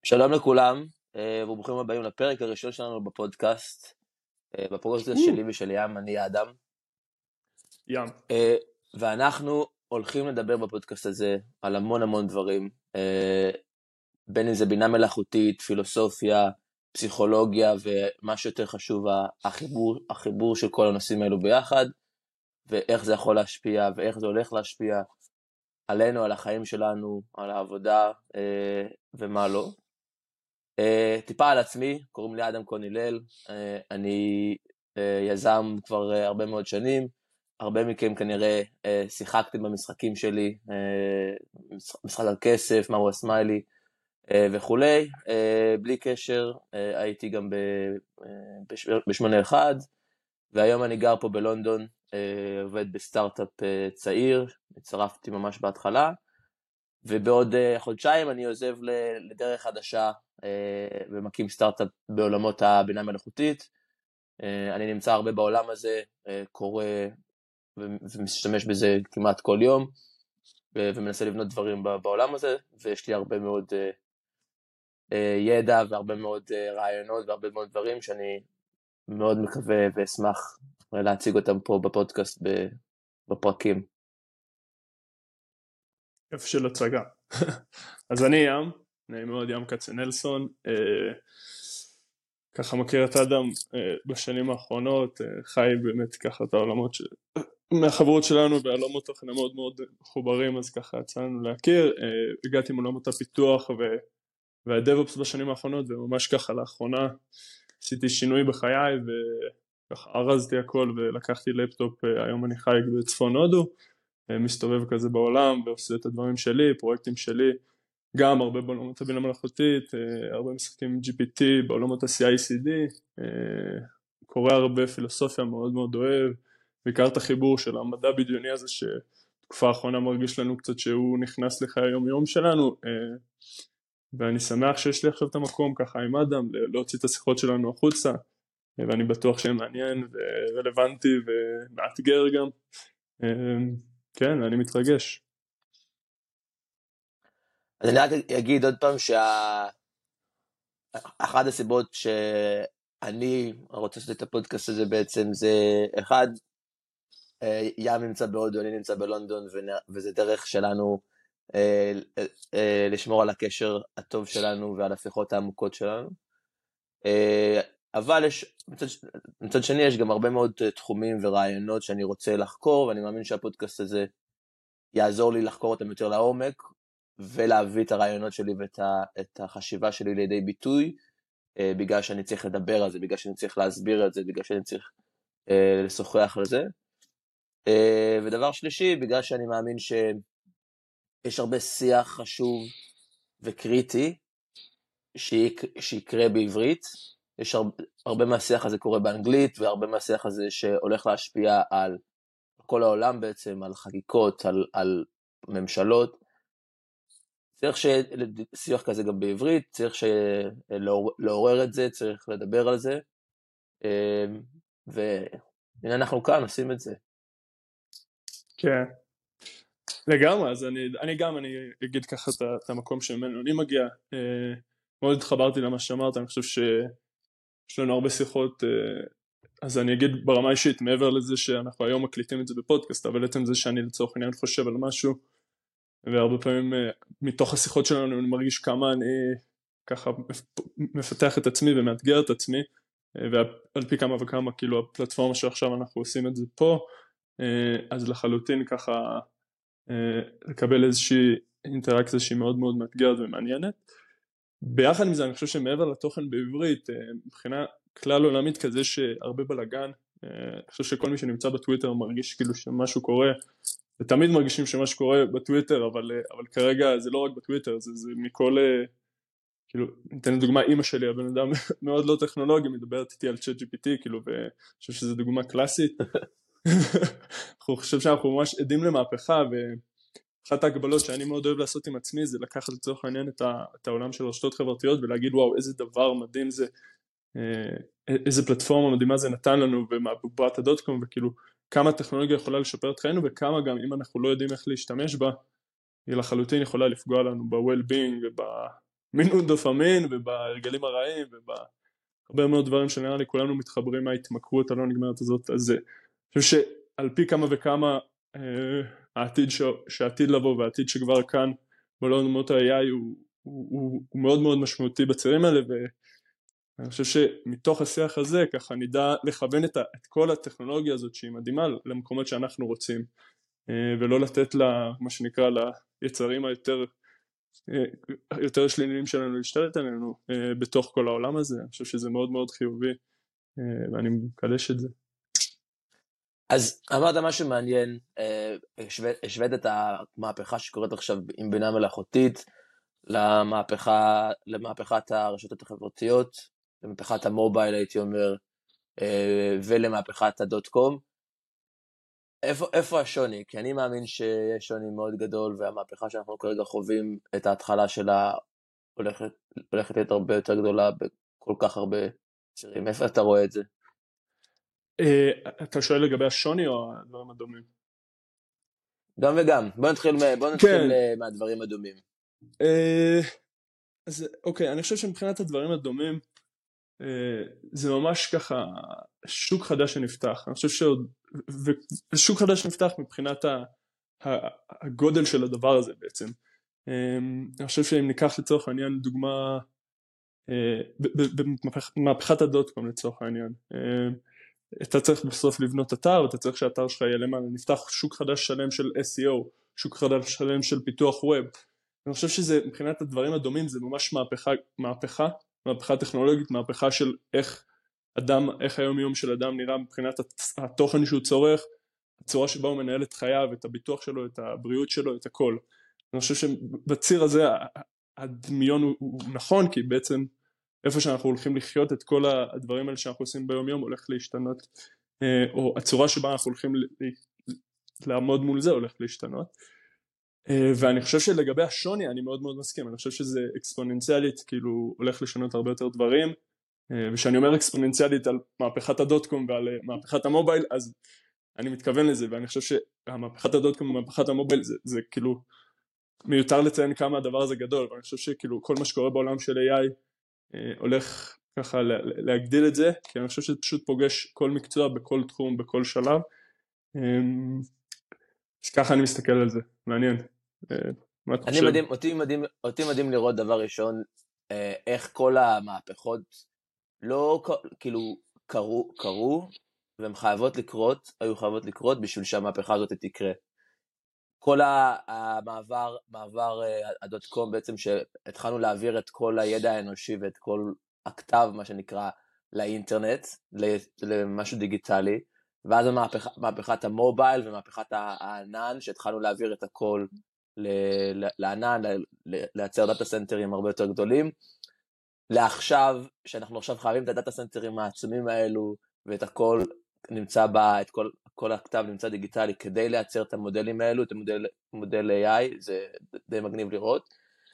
שלום לכולם, וברוכים הבאים לפרק הראשון שלנו בפודקאסט. בפודקאסט שלי ושל ים, אני אדם. ים. ואנחנו הולכים לדבר בפודקאסט הזה על המון דברים, בין אם זה בינה מלאכותית, פילוסופיה, פסיכולוגיה, ומה שיותר חשוב, החיבור של כל הנושאים האלו ביחד, ואיך זה יכול להשפיע, ואיך זה הולך להשפיע עלינו, על החיים שלנו, על העבודה, ומה לא. טיפה על עצמי, קוראים לי אדם כהן הלל, אני יזם כבר הרבה מאוד שנים, הרבה מכם כנראה שיחקתם במשחקים שלי, משחק על כסף, מרו הסמיילי וכולי, בלי קשר, הייתי גם ב81, והיום אני גר פה בלונדון, עובד בסטארט-אפ צעיר, הצטרפתי ממש בהתחלה, ובעוד חודשיים אני עוזב לדרך חדשה, ומקים סטארט-אפ בעולמות הבינה מלאכותית. אני נמצא הרבה בעולם הזה, קורא ומשתמש בזה כמעט כל יום, ומנסה לבנות דברים בעולם הזה, ויש לי הרבה מאוד ידע והרבה מאוד רעיונות והרבה מאוד דברים שאני מאוד מקווה ואשמח להציג אותם פה בפודקאסט בפרקים. איפה של הצגה. אז אני ים, נעים מאוד, ים כצנלסון, ככה מכיר את אדם בשנים האחרונות, חי באמת ככה את העולמות מהחברות שלנו בעולמות תוכן מאוד מאוד מחוברים, אז ככה יצאנו להכיר, הגעתי מעולמות הפיתוח והדב-אופס בשנים האחרונות, וממש ככה לאחרונה עשיתי שינוי בחיי וככה ארזתי הכל ולקחתי לפטופ, היום אני חי בצפון הודו, מסתובב כזה בעולם ועושה את הדברים שלי, פרויקטים שלי, גם הרבה בעולמות הבינה מלאכותית, הרבה משחקים עם GPT, בעולמות ה-CI/CD, קורא הרבה פילוסופיה, מאוד מאוד אוהב, בעיקר את החיבור של המדע בדיוני הזה, שתקופה האחרונה מרגיש לנו קצת שהוא נכנס לחיי היום-יום שלנו, ואני שמח שיש לי עכשיו את המקום ככה עם אדם, להוציא את השיחות שלנו החוצה, ואני בטוח שיהיה מעניין ורלוונטי ומאתגר גם, כן, אני מתרגש. אז אני רק אגיד עוד פעם אחת הסיבות שאני רוצה לעשות את הפודקאסט הזה בעצם זה אחד, ים נמצא בהודו, אני נמצא בלונדון, וזה דרך שלנו לשמור על הקשר הטוב שלנו ועל השיחות העמוקות שלנו. אבל מצד שני יש גם הרבה מאוד תחומים ורעיונות שאני רוצה לחקור, ואני מאמין שהפודקאסט הזה יעזור לי לחקור אותם יותר לעומק, ולהביא את הרעיונות שלי ואת החשיבה שלי לידי ביטוי, בגלל שאני צריך לדבר על זה, בגלל שאני צריך להסביר את זה, בגלל שאני צריך לשוחח על זה. ודבר שלישי, בגלל שאני מאמין שיש הרבה שיח חשוב וקריטי שיקרה בעברית, יש הרבה מהשיח הזה קורה באנגלית, והרבה מהשיח הזה שהולך להשפיע על כל העולם בעצם, על חקיקות, על ממשלות. צריך שיח כזה גם בעברית, צריך לעורר את זה, צריך לדבר על זה, והנה אנחנו כאן עושים את זה. כן, לגמרי, אז אני אגיד ככה את המקום שממנו אני מגיע, מאוד התחברתי למה שאמרת, אני חושב שיש לנו הרבה שיחות, אז אני אגיד ברמה אישית, מעבר לזה שאנחנו היום מקליטים את זה בפודקאסט, אבל בעצם זה שאני לצורך העניין חושב על משהו, והרבה פעמים מתוך השיחות שלנו אני מרגיש כמה אני ככה מפתח את עצמי ומאתגר את עצמי, ועל פי כמה וכמה כאילו הפלטפורמה שעכשיו אנחנו עושים את זה פה, אז לחלוטין ככה לקבל איזושהי אינטראקציה שהיא מאוד מאוד מאתגרת ומעניינת. ביחד עם זה אני חושב שמעבר לתוכן בעברית, מבחינה כלל עולמית כזה שהרבה בלגן, אני חושב שכל מי שנמצא בטוויטר מרגיש כאילו שמשהו קורה, ותמיד מרגישים שמשהו קורה בטוויטר, אבל כרגע זה לא רק בטוויטר, זה מכל, כאילו, ניתן לדוגמה, אמא שלי, הבן אדם מאוד לא טכנולוגי, מדברת איתי על ChatGPT, כאילו, ואני חושב שזו דוגמה קלאסית. אני חושב שאנחנו ממש עדים למהפכה, ואחת ההגבלות שאני מאוד אוהב לעשות עם עצמי, זה לקחת לצורך העניין את העולם של רשתות חברתיות, ולהגיד וואו, איזה דבר מדהים זה, איזה פלטפורמה מדהימה זה נתן לנו, ומהבובת הדוט-קום, וכאילו, כמה הטכנולוגיה יכולה לשפר את חיינו, וכמה גם אם אנחנו לא יודעים איך להשתמש בה, היא לחלוטין יכולה לפגוע לנו ב-well-being במינון דופמין ובהרגלים הרעים ובהרבה מאוד דברים שנראה לי כולנו מתחברים מההתמכרות הלא נגמרת הזאת. אז אני חושב שעל פי כמה וכמה העתיד שעתיד לבוא והעתיד שכבר כאן בעולמות ה-AI הוא מאוד מאוד משמעותי בצירים האלה, ואני חושב שמתוך השיח הזה ככה נדע לכוון את כל הטכנולוגיה הזאת שהיא מדהימה למקומות שאנחנו רוצים, ולא לתת לה מה שנקרא ליצרים יותר שליליים שלנו להשתלט עלינו בתוך כל העולם הזה. אני חושב שזה מאוד מאוד חיובי, ואני מקדש את זה. אז אמרת משהו מעניין, השווית את המהפכה שקורית עכשיו עם בינה מלאכותית למהפכת הרשתות החברתיות, למהפכת המובייל הייתי אומר, ולמהפכת הדוט קום. איפה השוני? כי אני מאמין שיש שוני מאוד גדול, והמהפכה שאנחנו כרגע חווים את ההתחלה שלה הולכת להיות הרבה יותר גדולה בכל כך הרבה צירים. איפה אתה רואה את זה? אתה שואל לגבי השוני או הדברים הדומים? גם וגם. בוא נתחיל מהדברים הדומים. אז אוקיי, אני חושב שמבחינת הדברים הדומים, זה ממש ככה שוק חדש שנפתח. אני חושב שוק חדש שנפתח מבחינת הגודל של הדבר הזה בעצם. אני חושב שאם ניקח לצורך העניין דוגמה במהפכת הדוט קום לצורך העניין, אתה צריך בסוף לבנות אתר, אתה צריך שהאתר שלך יהיה למעלה, נפתח שוק חדש שלם של SEO, שוק חדש שלם של פיתוח ווב. אני חושב שזה מבחינת הדברים הדומים זה ממש מהפכה טכנולוגית, מהפכה של איך היום יום של אדם נראה מבחינת התוכן שהוא צורך, הצורה שבה הוא מנהל את חייו, את הביטוח שלו, את הבריאות שלו, את הכל. אני חושב שבציר הזה הדמיון הוא נכון, כי בעצם איפה שאנחנו הולכים לחיות את כל הדברים האלה שאנחנו עושים ביום יום הולך להשתנות, או הצורה שבה אנחנו הולכים לעמוד מול זה הולך להשתנות. ואני חושב שלגבי השוני אני מאוד מאוד מסכים, אני חושב שזה אקספוננציאלית, כאילו הולך לשנות הרבה יותר דברים, ושאני אומר אקספוננציאלית על מהפכת הדוט קום ועל מהפכת המובייל, אז אני מתכוון לזה, ואני חושב שהמהפכת הדוט קום ומהפכת המובייל זה כאילו מיותר לציין כמה הדבר הזה גדול, ואני חושב שכאילו כל מה שקורה בעולם של AI הולך ככה להגדיל את זה, כי אני חושב שזה פשוט פוגש כל מקצוע בכל תחום, בכל שלב. אז ככה אני מסתכל על זה, מעניין. מה אתה חושב? אותי מדהים לראות דבר ראשון, איך כל המהפכות לא כאילו קרו, והן היו חייבות לקרות בשביל שהמהפכה הזאת תקרה. כל המעבר הדוט קום בעצם שהתחלנו להעביר את כל הידע האנושי ואת כל הכתב מה שנקרא לאינטרנט, למשהו דיגיטלי, ואז מהפכת המובייל ומהפכת הענן שהתחלנו להעביר את הכל לענן, לייצר דאטה סנטרים הרבה יותר גדולים, לעכשיו שאנחנו עכשיו חייבים את הדאטה סנטרים העצומים האלו ואת הכל נמצא כל הכתב נמצא דיגיטלי כדי לייצר את המודלים האלו, את מודל AI, זה די מגניב לראות,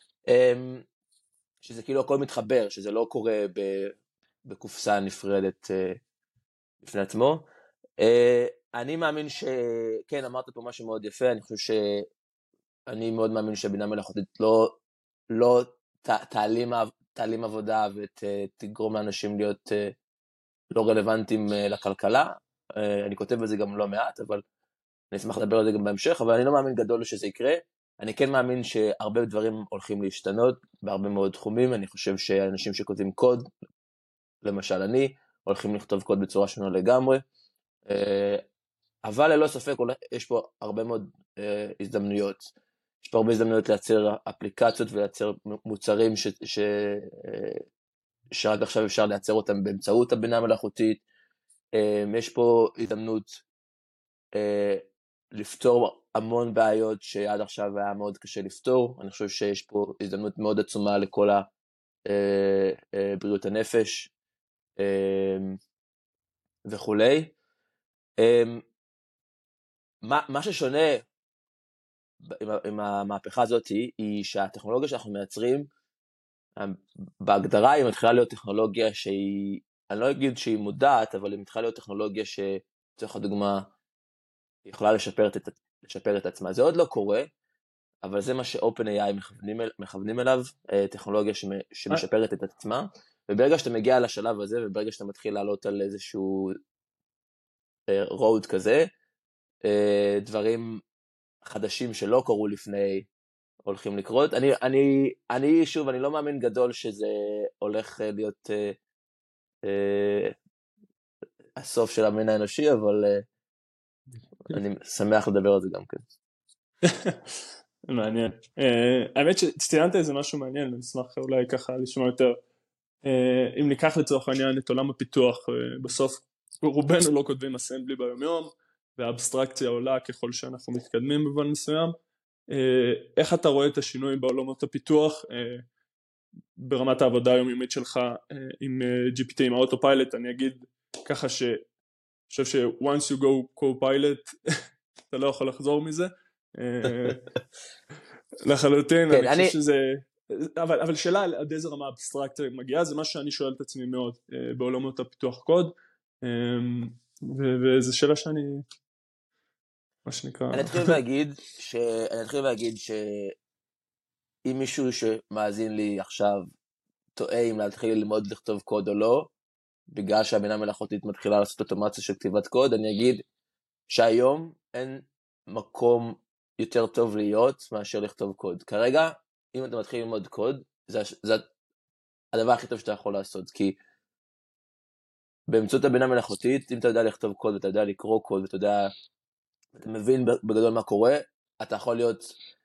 שזה כאילו הכל מתחבר, שזה לא קורה בקופסה נפרדת בפני עצמו. אני מאמין כן, אמרת פה משהו מאוד יפה, אני חושב שאני מאוד מאמין שבינה מלאכותית לא תעלים עבודה ותגרום לאנשים להיות לא רלוונטיים לכלכלה, אני כותב בזה גם לא מעט, אבל אני אשמח לדבר על זה גם בהמשך, אבל אני לא מאמין גדול שזה יקרה. אני כן מאמין שהרבה דברים הולכים להשתנות בהרבה מאוד תחומים. אני חושב שאנשים שכותבים קוד, למשל אני, הולכים לכתוב קוד בצורה שונה לגמרי, אבל ללא ספק יש פה הרבה מאוד הזדמנויות. יש פה הרבה הזדמנויות לייצר אפליקציות ולייצר מוצרים שרק עכשיו אפשר לייצר אותם באמצעות הבינה המלאכותית. יש פה הזדמנות לפתור המון בעיות שעד עכשיו היה מאוד קשה לפתור. אני חושב שיש פה הזדמנות מאוד עצומה לכל בריאות הנפש וכולי. מה ששונה עם המהפכה הזאת היא שהטכנולוגיה שאנחנו מייצרים בהגדרה היא מתחילה להיות טכנולוגיה שהיא, אני לא אגיד שהיא מודעת, אבל היא מתחילה להיות טכנולוגיה שצריך לדוגמה, היא יכולה לשפר את עצמה. זה עוד לא קורה, אבל זה מה ש-OpenAI מכוונים אליו, טכנולוגיה שמשפרת את עצמה, וברגע שאתה מגיע לשלב הזה, וברגע שאתה מתחיל לעלות על איזשהו road כזה, דברים חדשים שלא קרו לפני הולכים לקרות. שוב, אני לא מאמין גדול שזה הולך להיות הסוף של המין האנושי, אבל אני שמח לדבר על זה גם כן. מעניין. האמת שציינת איזה משהו מעניין, אני אשמח אולי ככה לשמוע יותר. אם ניקח לצורך העניין את עולם הפיתוח, בסוף רובנו לא כותבים אסמבלי ביום יום, והאבסטרקציה עולה ככל שאנחנו מתקדמים במובן מסוים. איך אתה רואה את השינוי בעולמות הפיתוח ברמת העבודה היומיומית שלך עם GPT, עם האוטופיילוט? אני אגיד ככה חושב ש once you go co-pilot אתה לא יכול לחזור מזה לחלוטין. כן, אני חושב שזה, אבל שאלה עד איזה רמה אבסטרקציה מגיעה, זה מה שאני שואל את עצמי מאוד בעולמות הפיתוח קוד, וזו שאלה שאני מה שנקרא. אני אתחיל להגיד שאם מישהו שמאזין לי עכשיו טועה אם להתחיל ללמוד לכתוב קוד או לא, בגלל שהבינה מלאכותית מתחילה לעשות אוטומציה של כתיבת קוד, אני אגיד שהיום אין מקום יותר טוב להיות מאשר לכתוב קוד. כרגע, אם אתה מתחיל ללמוד קוד, זה הדבר הכי טוב שאתה יכול לעשות, כי באמצעות הבינה מלאכותית, אם אתה יודע לכתוב קוד, ואתה יודע לקרוא קוד, ואתה מבין בגדול מה קורה, אתה יכול להיות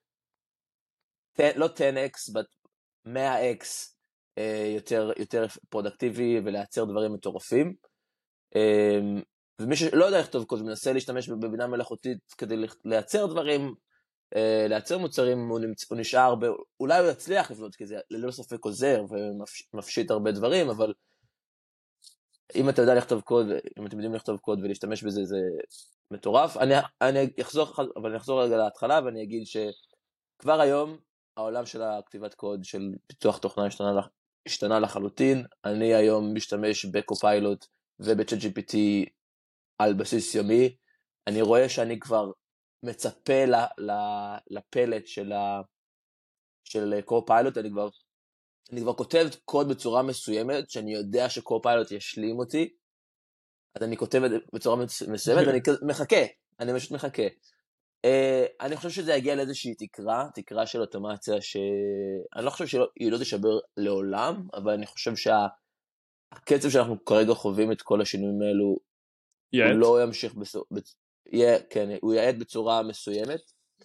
לא 10x, but 100x יותר פרודקטיבי ולייצר דברים מטורפים. ומי שלא יודע לכתוב קוד ומנסה להשתמש בבינה מלאכותית כדי לייצר דברים, לייצר מוצרים, הוא נשאר, אולי הוא יצליח לבנות, כי זה ללא ספק עוזר ומפשיט הרבה דברים, אבל אם אתה יודע לכתוב קוד, אם אתם יודעים לכתוב קוד ולהשתמש בזה, זה מטורף. אני אחזור רגע להתחלה ואני אגיד שכבר היום העולם של הכתיבת קוד, של פיתוח תוכנה השתנה לחלוטין. אני היום משתמש בקופיילוט ובצ'אט-GPT על בסיס יומי. אני רואה שאני כבר מצפה לפלט של קופיילוט, אני כבר כותב קוד בצורה מסוימת, שאני יודע שקופיילוט ישלים אותי, אז אני כותב בצורה מסוימת, ואני מחכה, אני פשוט מחכה. אני חושב שזה יגיע לאיזושהי תקרה של אוטומציה, שאני לא חושב שהיא לא תשבר לעולם, אבל אני חושב שהקצב שאנחנו כרגע חווים את כל השינויים האלו, הוא לא ימשיך כן, הוא יעד בצורה מסוימת.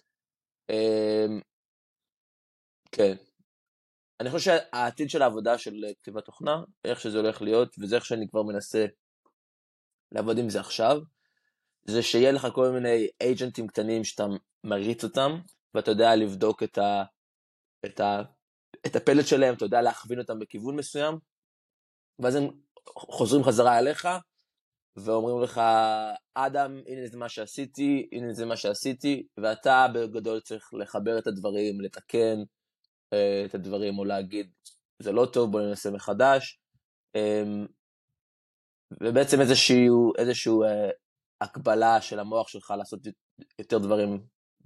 כן. אני חושב שהעתיד של העבודה של כתיבת תוכנה, איך שזה הולך להיות, וזה איך שאני כבר מנסה לעבוד עם זה עכשיו, זה שיהיה לך כל מיני אייג'נטים קטנים שאתה מריץ אותם, ואתה יודע לבדוק את הפלט שלהם, אתה יודע להכווין אותם בכיוון מסוים, ואז הם חוזרים חזרה אליך, ואומרים לך, אדם, הנה זה מה שעשיתי, הנה זה מה שעשיתי, ואתה בגדול צריך לחבר את הדברים, לתקן את הדברים, או להגיד, זה לא טוב, בוא ננסה מחדש, ובעצם איזשהו הקבלה של המוח שלך לעשות יותר דברים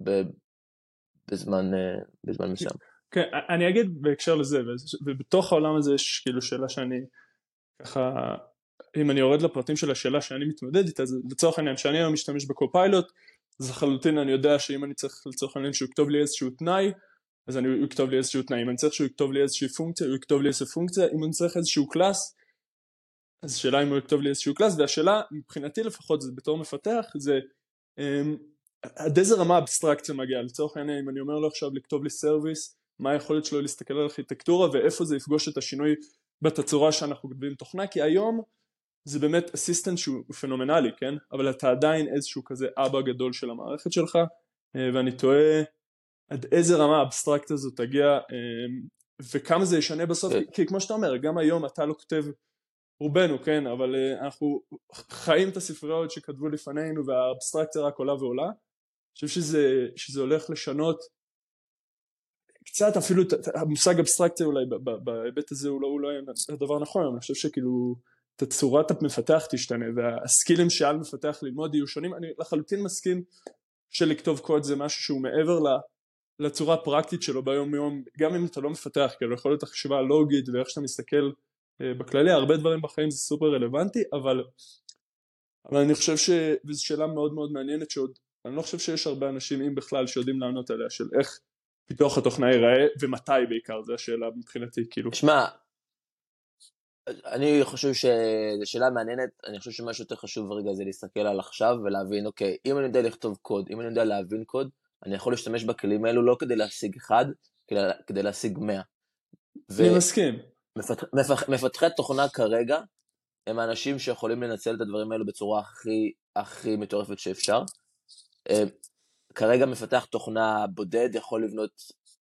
בזמן מסוים. כן, אני אגיד בהקשר לזה, ובתוך העולם הזה יש כאילו שאלה שאני ככה, אם אני יורד לפרטים של השאלה שאני מתמודד איתה, אז לצורך העניין שאני היום משתמש בקופיילוט, אז לחלוטין אני יודע שאם אני צריך לצורך העניין שהוא יכתוב לי איזשהו תנאי, אז הוא יכתוב לי איזשהו תנאי, אם אני צריך שהוא יכתוב לי איזושהי פונקציה, הוא יכתוב לי איזושהי פונקציה, אם אני צריך איזשהו קלאס, אז השאלה אם הוא יכתוב לי איזשהו קלאס, והשאלה מבחינתי לפחות, זה בתור מפתח, זה עד איזה רמה אבסטרקציה מגיעה, לצורך העניין אם אני אומר לו עכשיו לכתוב לי סרוויס, מה היכולת שלו להסתכל על ארכיטקטורה, ואיפה זה יפגוש את השינוי בתצורה שאנחנו כותבים תוכנה, כי היום זה באמת אסיסטנט שהוא פנומנלי, כן? אבל אתה עדיין איזשהו כזה אבא גדול של המערכת שלך, ואני תוהה עד איזה רמה האבסטרקציה הזאת תגיע, וכמה זה ישנה בסוף, כי כמו שאתה אומר, גם היום אתה לא כותב רובנו, כן? אבל אנחנו חיים את הספריות שכתבו לפנינו, והאבסטרקציה רק עולה ועולה. אני חושב שזה הולך לשנות קצת, אפילו המושג אבסטרקציה אולי בהיבט הזה הוא לא הדבר נכון, אבל אני חושב שכאילו תצורת המפתח תשתנה, והסקילים שעל מפתח ללמוד יהיו שונים. אני לחלוטין מסכים שלכתוב קוד זה משהו שהוא מעבר לצורה הפרקטית שלו ביום יום, גם אם אתה לא מפתח, כאילו יכול להיות החשיבה הלוגית ואיך שאתה מסתכל בכללי, הרבה דברים בחיים זה סופר רלוונטי, אבל אני חושב וזו שאלה מאוד מאוד מעניינת שעוד, אני לא חושב שיש הרבה אנשים, אם בכלל, שיודעים לענות עליה, של איך פיתוח התוכנה ייראה, ומתי בעיקר, זו השאלה מבחינתי, כאילו. שמע, אני חושב שזו שאלה מעניינת, אני חושב שמה שיותר חשוב רגע זה להסתכל על עכשיו ולהבין, אוקיי, אם אני יודע לכתוב קוד, אם אני יודע להבין קוד, אני יכול להשתמש בכלים האלו לא כדי להשיג אחד, כדי להשיג 100. אני מסכים. מפתחי תוכנה כרגע, הם האנשים שיכולים לנצל את הדברים האלו בצורה הכי מטורפת שאפשר. כרגע מפתח תוכנה בודד יכול לבנות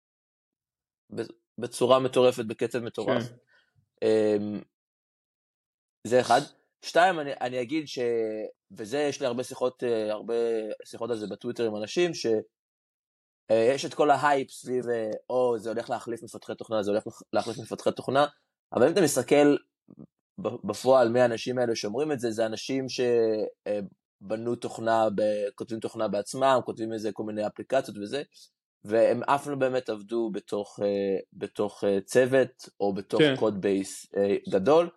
בצורה מטורפת, בקצב מטורף. זה אחד. שתיים, אני אגיד וזה יש לי הרבה שיחות על זה בטוויטר עם אנשים, שיש את כל ההייפ סביב, זה הולך להחליף מפתחי תוכנה, זה הולך להחליף מפתחי תוכנה, אבל אם אתה מסתכל בפועל מהאנשים האלה שאומרים את זה, זה אנשים שבנו תוכנה, כותבים תוכנה בעצמם, כותבים איזה כל מיני אפליקציות וזה, והם אף לא באמת עבדו בתוך צוות, או בתוך קוד בייס גדול,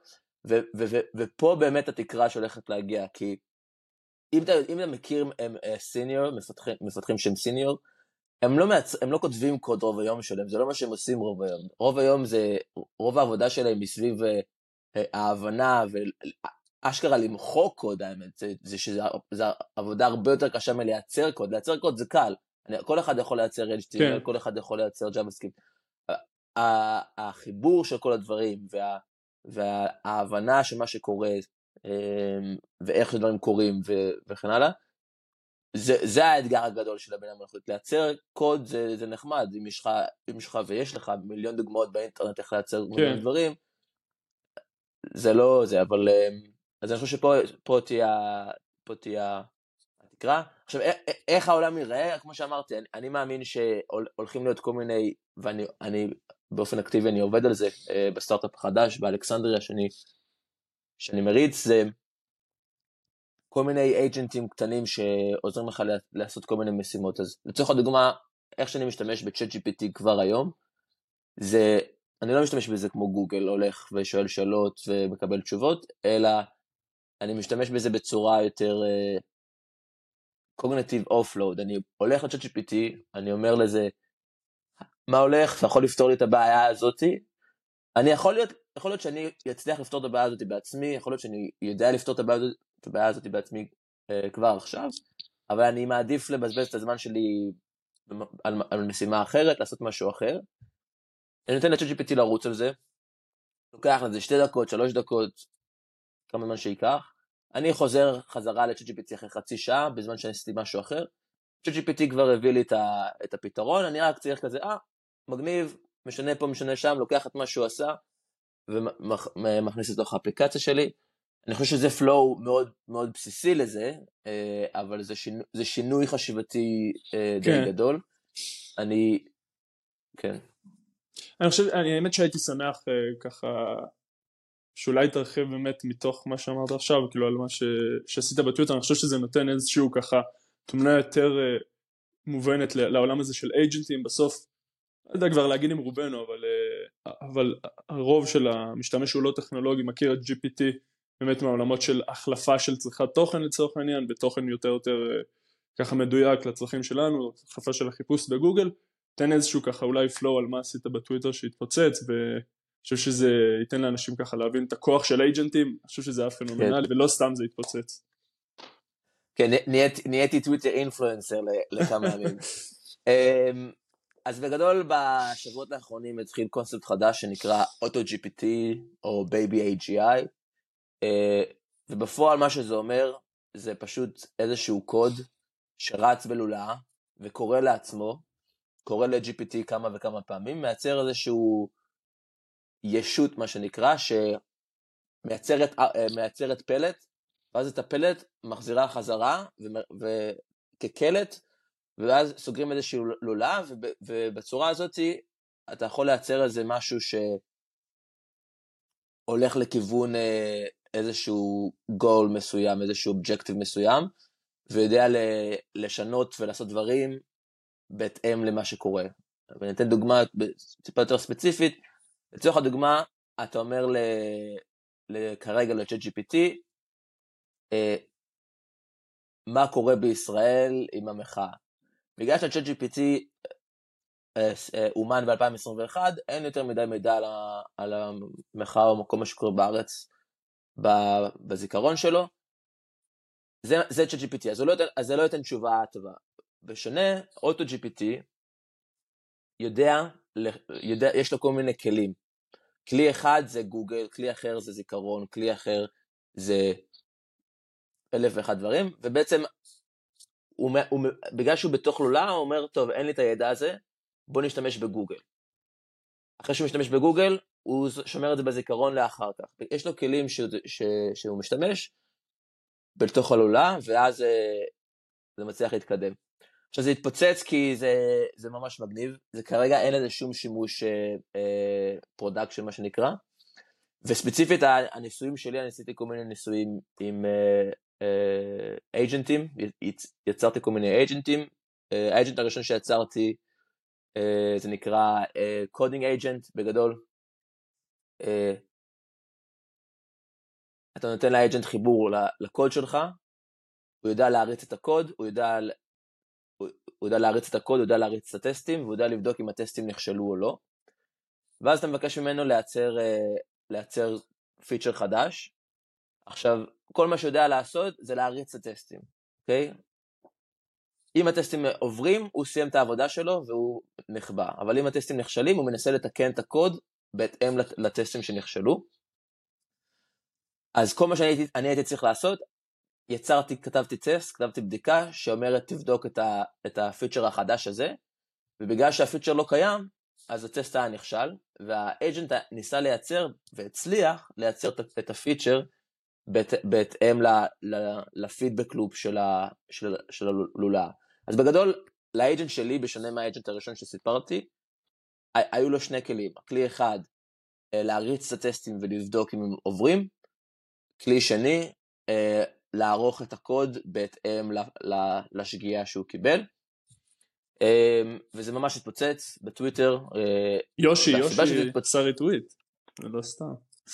ופה באמת התקרה שהולכת להגיע, כי אם אתה מכיר סיניור, מפתחים שהם סיניור, הם לא כותבים קוד רוב היום שלהם, זה לא מה שהם עושים רוב היום. רוב היום רוב העבודה שלהם מסביב ההבנה, ואשכרה למחוק קוד, האמת, זה עבודה הרבה יותר קשה מלייצר קוד. לייצר קוד זה קל, כל אחד יכול לייצר HTML, כל אחד יכול לייצר JavaScript. החיבור של כל הדברים, וההבנה של מה שקורה, ואיך דברים קורים, וכן הלאה, זה האתגר הגדול של הבינה מלאכותית. לייצר קוד זה נחמד, אם יש לך ויש לך מיליון דוגמאות באינטרנט איך לייצר מיליון דברים, זה לא זה, אבל אז אני חושב שפה תהיה התקרה. עכשיו, איך העולם ייראה? כמו שאמרתי, אני מאמין שהולכים להיות כל מיני, ואני באופן אקטיבי אני עובד על זה בסטארט-אפ החדש, באלכסנדריה שאני מריץ, זה כל מיני אייג'נטים קטנים שעוזרים לך לעשות כל מיני משימות. אז לצורך הדוגמה, איך שאני משתמש ב-ChatGPT כבר היום, אני לא משתמש בזה כמו גוגל, הולך ושואל שאלות ומקבל תשובות, אלא אני משתמש בזה בצורה יותר cognitive offload. אני הולך ל-ChatGPT, אני אומר לזה, מה הולך, אתה יכול לפתור לי את הבעיה הזאת? יכול להיות שאני אצליח לפתור את הבעיה הזאת בעצמי, יכול להיות שאני יודע לפתור את הבעיה הזאת בעצמי כבר עכשיו, אבל אני מעדיף לבזבז את הזמן שלי על משימה אחרת, לעשות משהו אחר. אני נותן ל-ChatGPT לרוץ על זה, לוקח לזה 2 דקות, 3 דקות, כמה זמן שיקח, אני חוזר חזרה ל-ChatGPT אחרי חצי שעה, בזמן שאני עשיתי משהו אחר, ChatGPT כבר הביא לי את הפתרון, אני רק צריך כזה, מגניב, משנה פה, משנה שם, לוקח את מה שהוא עשה, ומכניס לתוך האפליקציה שלי. אני חושב שזה פלואו מאוד מאוד בסיסי לזה, אבל זה שינוי חשיבתי די גדול. כן. אני האמת שהייתי שמח ככה, שאולי תרחיב באמת מתוך מה שאמרת עכשיו, כאילו על מה שעשית בטוויטר, אני חושב שזה נותן איזשהו ככה, תמונה יותר מובנת לעולם הזה של אייג'נטים, בסוף, לא יודע כבר להגיד עם רובנו, אבל הרוב של המשתמש הוא לא טכנולוגי, מכיר את GPT, באמת מהעולמות של החלפה של צריכת תוכן לצורך העניין, בתוכן יותר ככה מדויק לצרכים שלנו, החלפה של החיפוש בגוגל, תן איזשהו ככה אולי פלואו על מה עשית בטוויטר שהתפוצץ, ואני חושב שזה ייתן לאנשים ככה להבין את הכוח של אייג'נטים, אני חושב שזה היה פנומנלי, ולא סתם זה התפוצץ. כן, נהייתי טוויטר אינפלואנסר לכמה ימים. אז בגדול בשבועות האחרונים התחיל קונספט חדש שנקרא AutoGPT או Baby AGI, ובפועל מה שזה אומר זה פשוט איזשהו קוד שרץ בלולאה וקורא לעצמו, קורא ל-GPT כמה וכמה פעמים, מייצר איזשהו ישות מה שנקרא, שמייצרת פלט, ואז את הפלט מחזירה חזרה וכקלט, ואז סוגרים איזשהו לולאה, ובצורה הזאת אתה יכול לייצר איזה משהו שהולך לכיוון איזשהו גול מסוים, איזשהו אובג'קטיב מסוים, ויודע לשנות ולעשות דברים בהתאם למה שקורה. וניתן דוגמה טיפה יותר ספציפית. לצורך הדוגמה, אתה אומר כרגע ל-ChatGPT, מה קורה בישראל עם המחאה. בגלל שה-ChatGPT אומן ב-2021, אין יותר מדי מידע על המחאה או כל מה שקורה בארץ בזיכרון שלו. זה ChatGPT, אז זה לא ייתן תשובה טובה. בשונה, AutoGPT יודע, יש לו כל מיני כלים. כלי אחד זה גוגל, כלי אחר זה זיכרון, כלי אחר זה 1,001 דברים, ובעצם בגלל שהוא בתוך לולה, הוא אומר, טוב, אין לי את הידע הזה, בוא נשתמש בגוגל. אחרי שהוא משתמש בגוגל, הוא שומר את זה בזיכרון לאחר כך. יש לו כלים שהוא משתמש בתוך הלולה, ואז זה מצליח להתקדם. עכשיו זה התפוצץ כי זה ממש מגניב, זה כרגע אין לזה שום שימוש פרודקשן מה שנקרא, וספציפית הניסויים שלי, אני עשיתי כל מיני ניסויים עם אייג'נטים, יצרתי כל מיני אייג'נטים, האייג'נט הראשון שיצרתי זה נקרא קודינג אייג'נט בגדול, אתה נותן לאייג'נט חיבור לקוד שלך, הוא יודע להריץ את הקוד, הוא יודע להריץ את הקוד, הוא יודע להריץ את הטסטים, והוא יודע לבדוק אם הטסטים נכשלו או לא, ואז אתה מבקש ממנו לייצר פיצ'ר חדש. עכשיו, כל מה שיודע לעשות זה להריץ את הטסטים, אוקיי? אם הטסטים עוברים, הוא סיים את העבודה שלו והוא נחבא, אבל אם הטסטים נכשלים, הוא מנסה לתקן את הקוד בהתאם לטסטים שנכשלו. אז כל מה שאני הייתי צריך לעשות, כתבתי טסט, כתבתי בדיקה שאומרת תבדוק את הפיצ'ר החדש הזה, ובגלל שהפיצ'ר לא קיים, אז הטסט היה נכשל, והאג'נט ניסה לייצר והצליח לייצר את הפיצ'ר בהתאם לפידבק לופ של הלולה. אז בגדול, לאג'נט שלי, בשונה מהאג'נט הראשון שסיפרתי, היו לו שני כלים. כלי אחד, להריץ את הטסטים ולבדוק אם הם עוברים, כלי שני, לערוך את הקוד בהתאם לשגיאה שהוא קיבל, וזה ממש התפוצץ בטוויטר. יושי עשה ריטוויט, זה לא סתם.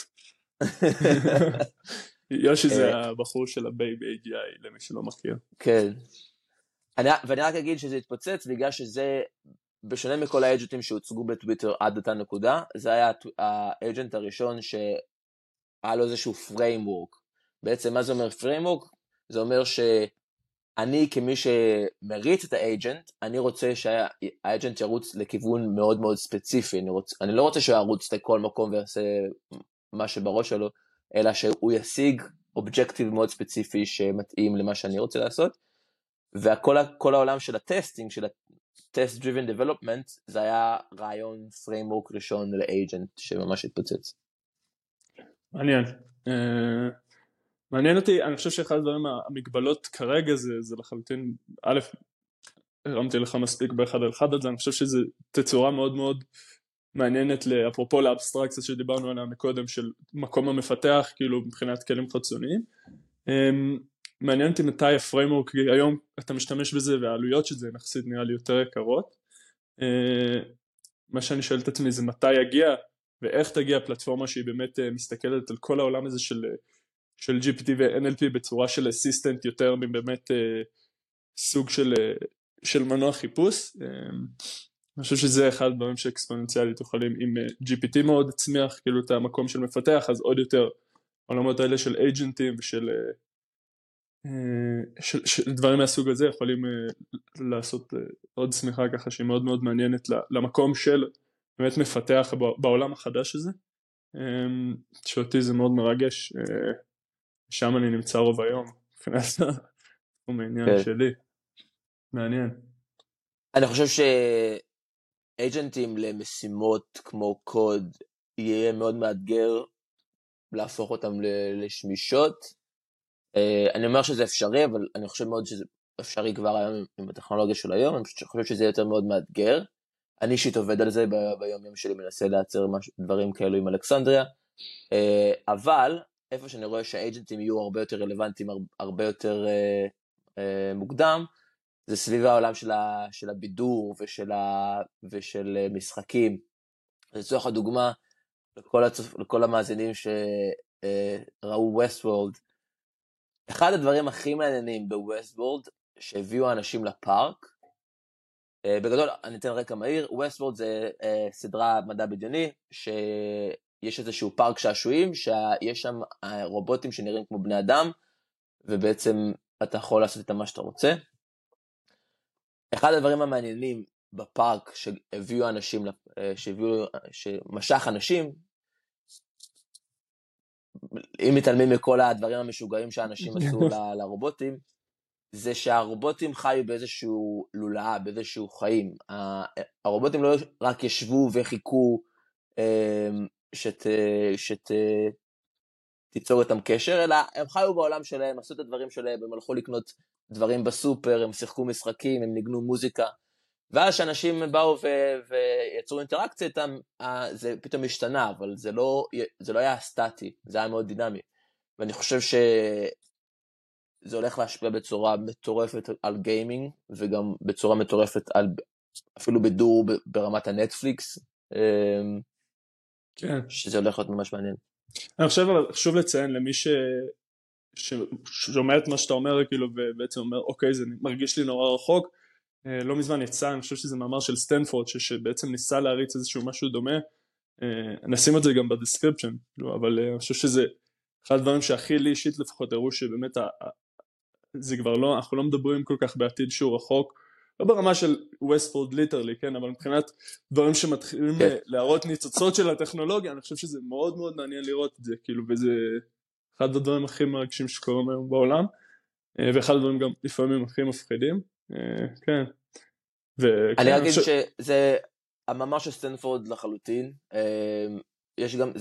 יושי זה הבחור של הבייבי AGI, למי שלא מכיר. כן, ואני רק אגיד שזה התפוצץ בגלל שזה, בשונה מכל האג'נטים שהוצגו בטוויטר עד אותה נקודה, זה היה האג'נט הראשון שהיה לו איזשהו framework. בעצם מה זה אומר framework? זה אומר שאני כמי שמריץ את האג'נט, אני רוצה שהאג'נט ירוץ לכיוון מאוד מאוד ספציפי, אני לא רוצה שהוא ירוץ לכל מקום ויעשה מה שבראש שלו, אלא שהוא ישיג אובג'קטיב מאוד ספציפי שמתאים למה שאני רוצה לעשות, וכל העולם של הטסטינג, של ה-test driven development, זה היה רעיון framework ראשון לאג'נט שממש התפוצץ. מעניין. מעניין אותי, אני חושב שאחד הדברים המגבלות כרגע זה לחלוטין, א', הרמתי לך מספיק באחד על אחד על זה, אני חושב שזה תצורה מאוד מאוד מעניינת, אפרופו לאבסטרקציה שדיברנו עליה מקודם, של מקום המפתח, כאילו מבחינת כלים חיצוניים. מעניין אותי מתי הפריימורק, היום אתה משתמש בזה, והעלויות של זה יחסית נראה לי יותר יקרות. מה שאני שואל את עצמי זה מתי יגיע, ואיך תגיע פלטפורמה שהיא באמת מסתכלת על כל העולם הזה של GPT ו-NLP בצורה של אסיסטנט יותר מבאמת סוג של מנוע חיפוש. אני חושב שזה אחד הדברים שאקספוננציאלית יכולים, אם GPT מאוד הצמיח כאילו את המקום של מפתח, אז עוד יותר עולמות האלה של אייג'נטים ושל דברים מהסוג הזה יכולים לעשות עוד צמיחה ככה שהיא מאוד מאוד מעניינת למקום של באמת מפתח בעולם החדש הזה, שאותי זה מאוד מרגש, שם אני נמצא רוב היום, מבחינת תחום העניין שלי, מעניין. אני חושב שאג'נטים למשימות כמו קוד יהיה מאוד מאתגר להפוך אותם לשמישות. אני אומר שזה אפשרי, אבל אני חושב מאוד שזה אפשרי כבר היום עם הטכנולוגיה של היום, אני חושב שזה יותר מאוד מאתגר. אני אישית עובד על זה ביום יום שלי, מנסה לייצר דברים כאלו עם אלכסנדריה, אבל איפה שאני רואה שהאג'נטים יהיו הרבה יותר רלוונטיים, הרבה יותר מוקדם, זה סביב העולם של הבידור ושל משחקים. לצורך הדוגמה, לכל המאזינים שראו ווסטוורלד, אחד הדברים הכי מעניינים בווסטוורלד, שהביאו אנשים לפארק, בגדול, אני אתן רקע מהיר, ווסטוורלד זה סדרה מדע בדיוני, שיש איזשהו פארק שעשועים, שיש שם רובוטים שנראים כמו בני אדם, ובעצם אתה יכול לעשות איתם מה שאתה רוצה. אחד הדברים המעניינים בפארק שהביאו אנשים, שמשך אנשים, אם מתעלמים מכל הדברים המשוגעים שאנשים עשו לרובוטים, זה שהרובוטים חיו באיזשהו לולאה, באיזשהו חיים. הרובוטים לא רק ישבו וחיכו שתיצור איתם קשר, אלא הם חיו בעולם שלהם, עשו את הדברים שלהם, הם הלכו לקנות דברים בסופר, הם שיחקו משחקים, הם ניגנו מוזיקה, ואז שאנשים באו ויצרו אינטראקציה איתם, זה פתאום השתנה, אבל זה לא היה סטטי, זה היה מאוד דינמי. ואני חושב זה הולך להשפיע בצורה מטורפת על גיימינג, וגם בצורה מטורפת על אפילו בידור ברמת הנטפליקס, כן. שזה הולך להיות ממש מעניין. אני חושב חשוב לציין למי ששומע את מה שאתה אומר, כאילו, ובעצם אומר, אוקיי, זה מרגיש לי נורא רחוק. לא מזמן יצא, אני חושב שזה מאמר של סטנפורד, שבעצם ניסה להריץ איזשהו משהו דומה. נשים את זה גם בדיסקריפשן, אבל אני חושב שזה אחד הדברים שהכי לי אישית לפחות הראו שבאמת זה כבר לא, אנחנו לא מדברים כל כך בעתיד שהוא רחוק, לא ברמה של ווסטפורד ליטרלי, כן, אבל מבחינת דברים שמתחילים להראות ניצוצות של הטכנולוגיה, אני חושב שזה מאוד מאוד מעניין לראות את זה, כאילו, וזה אחד הדברים הכי מרגשים שקורים היום בעולם, ואחד הדברים גם לפעמים הכי מפחידים, כן. אני אגיד שזה המאמר של סטנפורד לחלוטין, יש גם,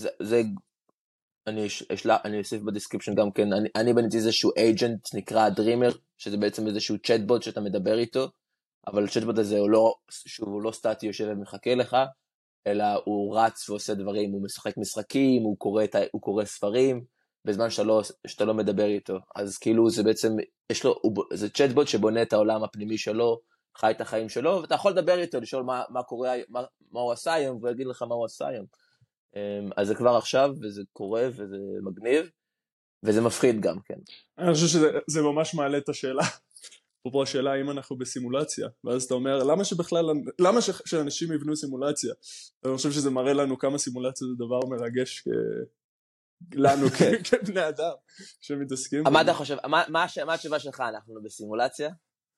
אני אוסיף בדיסקריפשן גם כן, אני בניתי איזשהו agent נקרא דרימר, שזה בעצם איזשהו צ'טבוט שאתה מדבר איתו, אבל הצ'טבוט הזה הוא לא סטטי יושב ומחכה לך, אלא הוא רץ ועושה דברים, הוא משחק משחקים, הוא קורא ספרים, בזמן שאתה לא מדבר איתו. אז כאילו זה בעצם, זה צ'טבוט שבונה את העולם הפנימי שלו, חי את החיים שלו, ואתה יכול לדבר איתו, לשאול מה קורה, מה הוא עשה היום, והוא יגיד לך מה הוא עשה היום. אז זה כבר עכשיו, וזה קורה, וזה מגניב, וזה מפחיד גם, כן. אני חושב שזה ממש מעלה את השאלה, פה השאלה האם אנחנו בסימולציה, ואז אתה אומר, למה שאנשים יבנו סימולציה? אני חושב שזה מראה לנו כמה סימולציה זה דבר מרגש לנו כבני אדם שמתעסקים. מה אתה חושב, מה התשובה שלך, אנחנו בסימולציה?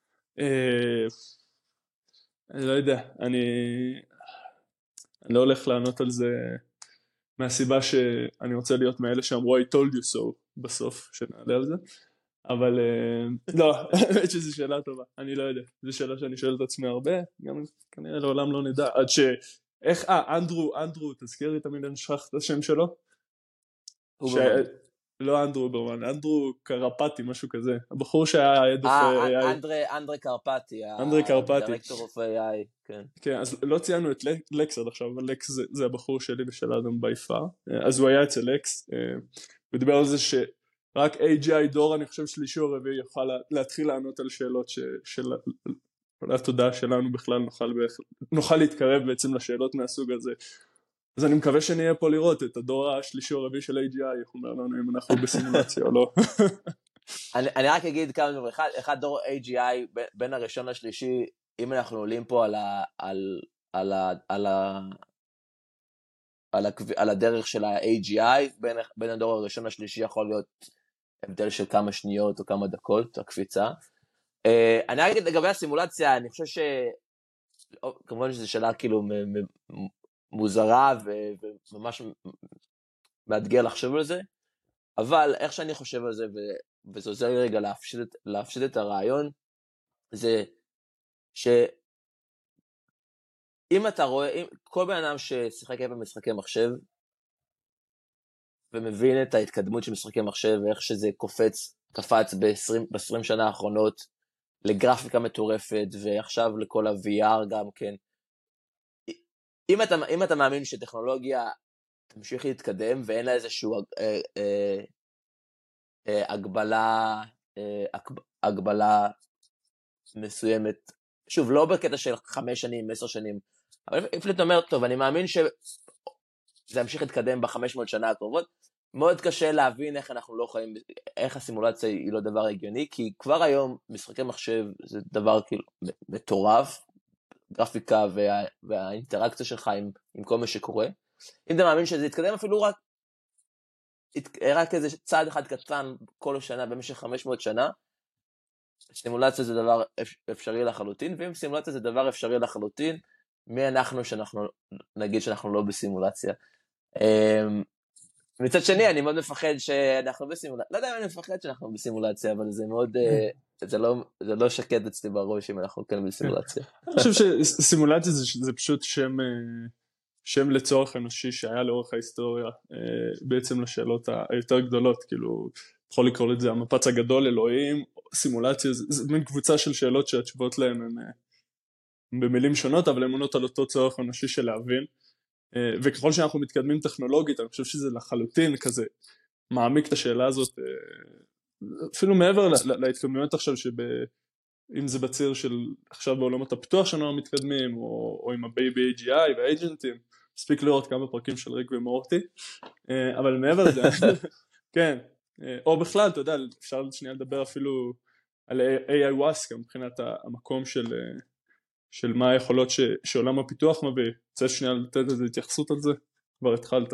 אני לא יודע, אני לא הולך לענות על זה מהסיבה שאני רוצה להיות מאלה שאמרו I told you so בסוף, שנעלה על זה, אבל לא, האמת שזו שאלה טובה, אני לא יודע, זו שאלה שאני שואל את עצמי הרבה, גם כנראה לעולם לא נדע, עד איך, אנדרו, תזכיר לי תמיד אני שכח את השם שלו? לא אנדרו ברמן, אנדרו קרפטי, משהו כזה, הבחור שהיה אנדרי קרפטי, הדירקטור אוף AI, כן. כן, אז לא ציינו את לקס עד עכשיו, אבל לקס זה הבחור שלי ושל אדם ביפר, אז הוא היה אצל לקס, ודיבר על זה שרק AGI דור, אני חושב שלישי או רביעי, יוכל להתחיל לענות על שאלות של התודעה שלנו בכלל, נוכל להתקרב בעצם לשאלות מהסוג הזה, אז אני מקווה שנהיה פה לראות את הדור השלישי או רביעי של AGI, איך אומר לנו אם אנחנו בסימולציה או לא. אני רק אגיד כמה דברים, אחד דור AGI בין הראשון לשלישי, אם אנחנו עולים פה על הדרך של ה-AGI, בין הדור הראשון לשלישי יכול להיות הבדל של כמה שניות או כמה דקות, הקפיצה. אני רק אגיד לגבי הסימולציה, אני חושב כמובן שזו שאלה כאילו מוזרה וממש מאתגר לחשוב על זה, אבל איך שאני חושב על זה, וזה עוזר לי רגע להפשיט את הרעיון, זה שאם אתה רואה, כל בן אדם ששיחק במשחקי מחשב, ומבין את ההתקדמות של משחקי מחשב, ואיך שזה קפץ ב-20 שנה האחרונות, לגרפיקה מטורפת, ועכשיו לכל ה-VR גם כן, אם אתה מאמין שטכנולוגיה תמשיך להתקדם, ואין לה איזושהי הגבלה מסוימת, שוב, לא בקטע של 5 שנים, 10 שנים, אבל אם אתה אומר, טוב, אני מאמין שזה ימשיך להתקדם ב-500 שנה הקרובות, מאוד קשה להבין איך אנחנו לא חיים, איך הסימולציה היא לא דבר הגיוני, כי כבר היום משחקי מחשב זה דבר כאילו מטורף, גרפיקה והאינטראקציה שלך עם כל מה שקורה. אם אתה מאמין שזה יתקדם אפילו רק איזה צעד אחד קטן כל שנה במשך 500 שנה, סימולציה זה דבר אפשרי לחלוטין, ואם סימולציה זה דבר אפשרי לחלוטין, מי אנחנו שאנחנו נגיד שאנחנו לא בסימולציה. מצד שני, אני מאוד מפחד שאנחנו בסימולציה, לא יודע אם אני מפחד שאנחנו בסימולציה, אבל זה מאוד, זה לא שקט אצלי בראש אם אנחנו כן בסימולציה. אני חושב שסימולציה זה פשוט שם לצורך אנושי שהיה לאורך ההיסטוריה, בעצם לשאלות היותר גדולות, כאילו, יכול לקרוא לזה המפץ הגדול, אלוהים, סימולציה, זה מין קבוצה של שאלות שהתשובות להן הן במילים שונות, אבל הן עונות על אותו צורך אנושי של להבין, וככל שאנחנו מתקדמים טכנולוגית, אני חושב שזה לחלוטין כזה, מעמיק את השאלה הזאת, אפילו מעבר להתקדמויות עכשיו, אם זה בציר של עכשיו בעולמות הפיתוח שאנחנו מתקדמים, או עם הבייבי AGI והאג'נטים, מספיק לראות כמה פרקים של ריק ומורטי, אבל מעבר לזה, כן, או בכלל, אתה יודע, אפשר שנייה לדבר אפילו על AI-Waska, מבחינת המקום של מה היכולות שעולם הפיתוח מביא. רוצה שנייה לתת איזו התייחסות על זה? כבר התחלת.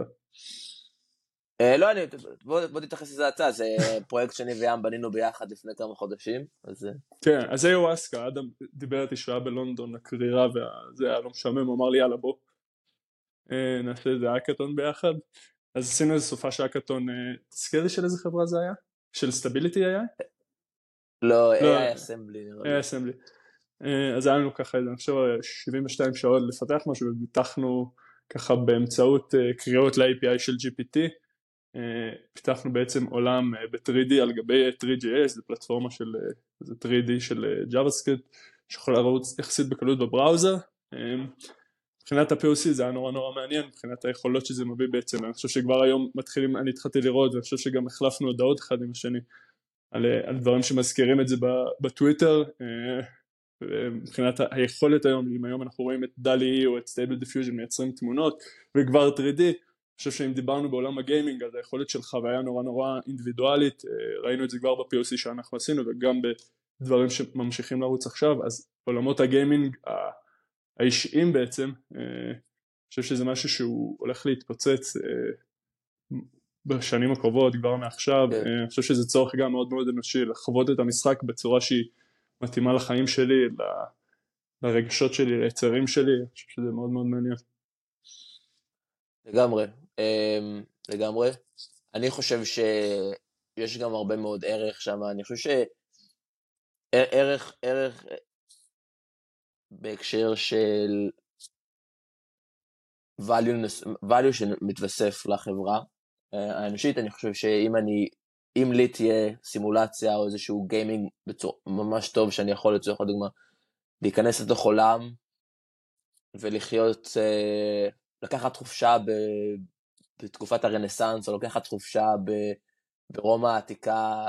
לא, בוא תתייחס לזה אתה, זה פרויקט שאני וים בנינו ביחד לפני כמה חודשים. כן, אז AI-Waska, אדם דיבר איתי שהיה בלונדון הקרירה, וזה היה לא משעמם, הוא אמר לי יאללה בוא, נעשה איזה האקתון ביחד. אז עשינו איזה סופה של האקתון, תזכיר לי של איזה חברה זה היה? של סטביליטי היה? לא, AI Assembly נראה לי. AI Assembly. אז היה לנו ככה, אני חושב 72 שעות לפתח משהו, ופיתחנו ככה באמצעות קריאות ל-API של GPT, פיתחנו בעצם עולם ב-3D על גבי 3GS, זה פלטפורמה של 3D של JavaScript, שיכולה לרוץ יחסית בקלות בבראוזר. מבחינת ה-POC זה היה נורא נורא מעניין, מבחינת היכולות שזה מביא בעצם, אני חושב שכבר היום מתחילים, אני התחלתי לראות, ואני חושב שגם החלפנו הודעות אחד עם השני, על דברים שמזכירים את זה בטוויטר, מבחינת היכולת היום, אם היום אנחנו רואים את DALL-E או את Stable Diffusion מייצרים תמונות, וכבר 3D, אני חושב שאם דיברנו בעולם הגיימינג, אז היכולת של חוויה נורא נורא אינדיבידואלית, ראינו את זה כבר ב-POC שאנחנו עשינו, וגם בדברים שממשיכים לרוץ עכשיו, אז עולמות הגיימינג האישיים בעצם, אני חושב שזה משהו שהוא הולך להתפוצץ בשנים הקרובות, כבר מעכשיו, אני חושב שזה צורך גם מאוד מאוד אנושי, לחוות את המשחק בצורה שהיא מתאימה לחיים שלי, לרגשות שלי, ליצרים שלי, אני חושב שזה מאוד מאוד מעניין. לגמרי. אני חושב שיש גם הרבה מאוד ערך שם, אני חושב שערך בהקשר של value שמתווסף לחברה האנושית. אני חושב אם לי תהיה סימולציה או איזשהו גיימינג ממש טוב, שאני יכול לצורך הדוגמה, להיכנס לתוך עולם ולחיות, לקחת חופשה בתקופת הרנסנס, או לקחת חופשה ברומא העתיקה,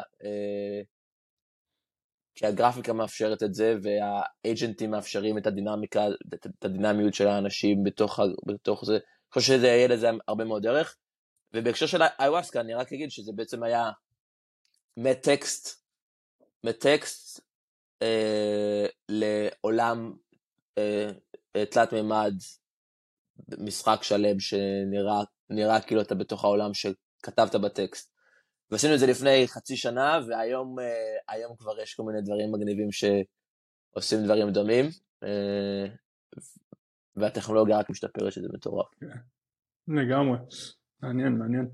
כי הגרפיקה מאפשרת את זה, והאג'נטים מאפשרים את הדינמיקה, את הדינמיות של האנשים בתוך זה. אני חושב שזה יהיה לזה הרבה מאוד דרך, ובהקשר של איוואסקה, אני רק אגיד שזה בעצם היה מטקסט לעולם תלת מימד, משחק שלם שנראה כאילו אתה בתוך העולם שכתבת בטקסט. ועשינו את זה לפני חצי שנה, והיום כבר יש כל מיני דברים מגניבים שעושים דברים דומים, והטכנולוגיה רק משתפרת, שזה מטורף. לגמרי, מעניין.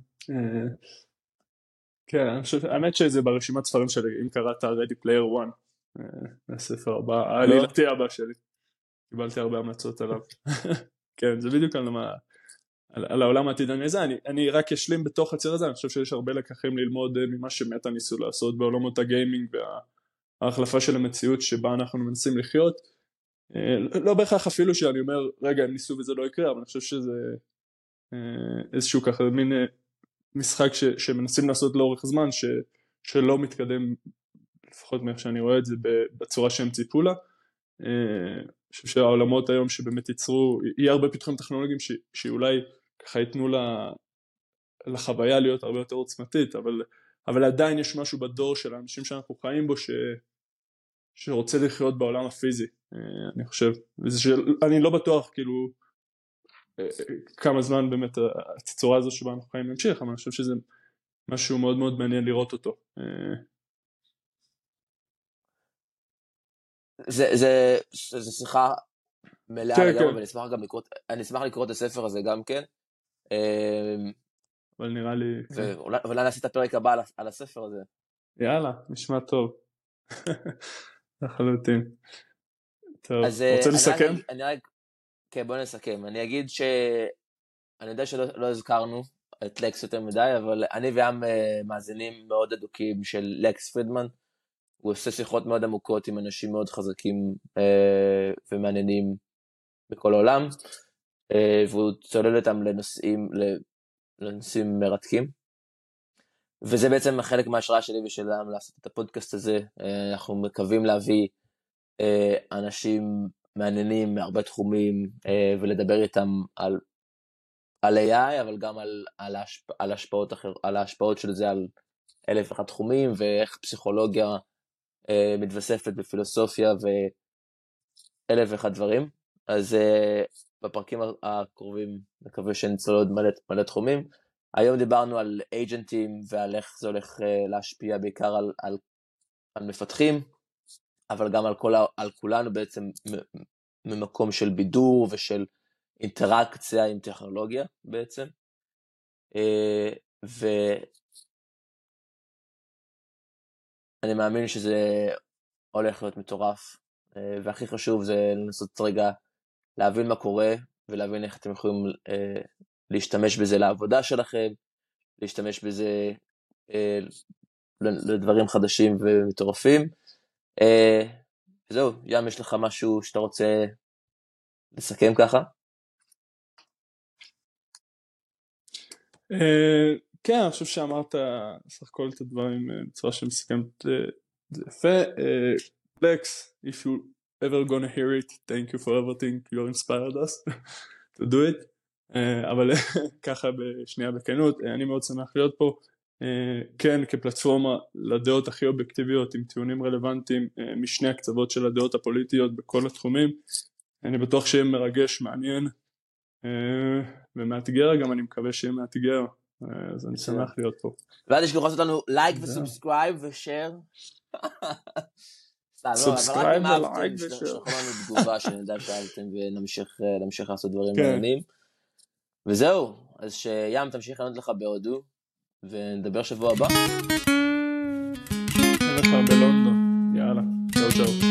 כן, האמת שזה ברשימת ספרים שלי, אם קראת Ready Player One, הספר הבא, העלילתי הבא שלי, קיבלתי הרבה המלצות עליו. כן, זה בדיוק על העולם העתידני הזה. אני רק אשלים בתוך הציר הזה, אני חושב שיש הרבה לקחים ללמוד ממה שמטה ניסו לעשות בעולמות הגיימינג, וההחלפה של המציאות שבה אנחנו מנסים לחיות, לא בהכרח אפילו שאני אומר, רגע, הם ניסו וזה לא יקרה, אבל אני חושב שזה איזשהו ככה מין משחק שמנסים לעשות לאורך זמן, שלא מתקדם לפחות מאיך שאני רואה את זה בצורה שהם ציפו לה. אני חושב שהעולמות היום שבאמת ייצרו, יהיה הרבה פיתוחים טכנולוגיים שאולי ככה ייתנו לחוויה להיות הרבה יותר עוצמתית, אבל עדיין יש משהו בדור של האנשים שאנחנו חיים בו שרוצה לחיות בעולם הפיזי, אני חושב. אני לא בטוח כאילו כמה זמן באמת הצורה הזו שבה אנחנו חיים להמשיך, אבל אני חושב שזה משהו מאוד מאוד מעניין לראות אותו. זה שיחה מלאה כן, לגמרי, כן. ואני אשמח לקרוא את הספר הזה גם כן. אבל נראה לי... ואולי נעשה את הפרק הבא על הספר הזה. יאללה, נשמע טוב. לחלוטין. טוב, אז רוצה לסכם? כן, בוא נסכם. אני אגיד אני יודע שלא הזכרנו את לקס יותר מדי, אבל אני וים מאזינים מאוד אדוקים של לקס פרידמן. הוא עושה שיחות מאוד עמוקות עם אנשים מאוד חזקים ומעניינים בכל העולם, והוא צולל אותם לנושאים מרתקים. וזה בעצם חלק מההשראה שלי ושלם לעשות את הפודקאסט הזה. אנחנו מקווים להביא אנשים מעניינים מהרבה תחומים, ולדבר איתם על AI, אבל גם על ההשפעות של זה על 1,001 תחומים, ואיך פסיכולוגיה מתווספת בפילוסופיה ו1,001 דברים. אז בפרקים הקרובים מקווה שנצלול עוד מלא תחומים. היום דיברנו על אייג'נטים ועל איך זה הולך להשפיע בעיקר על מפתחים, אבל גם על כולנו בעצם ממקום של בידור ושל אינטראקציה עם טכנולוגיה בעצם. ואני מאמין שזה הולך להיות מטורף, והכי חשוב זה לנסות רגע להבין מה קורה, ולהבין איך אתם יכולים להשתמש בזה לעבודה שלכם, להשתמש בזה לדברים חדשים ומטורפים. וזהו, ים, יש לך משהו שאתה רוצה לסכם ככה? כן, אני חושב שאמרת סך הכל את הדברים בצורה שמסכמת זה יפה. Lex, if you ever gonna hear it, thank you for everything, you inspired us to do it. אבל ככה בשנייה בכנות, אני מאוד שמח להיות פה, כן, כפלטפורמה לדעות הכי אובייקטיביות עם טיעונים רלוונטיים משני הקצוות של הדעות הפוליטיות בכל התחומים. אני בטוח שיהיה מרגש, מעניין ומאתגר, גם אני מקווה שיהיה מאתגר, אז אני שמח להיות פה. ואל תשכחו לעשות לנו לייק וסובסקרייב ושאר. סובסקרייב ולייק ושאר. שלחו לנו תגובה שנדע שאהבתם ונמשיך לעשות דברים מעניינים. וזהו, אז שים תמשיך לענות לך בהודו, ונדבר שבוע הבא. נלך בלונדון, יאללה, צ'או צ'או.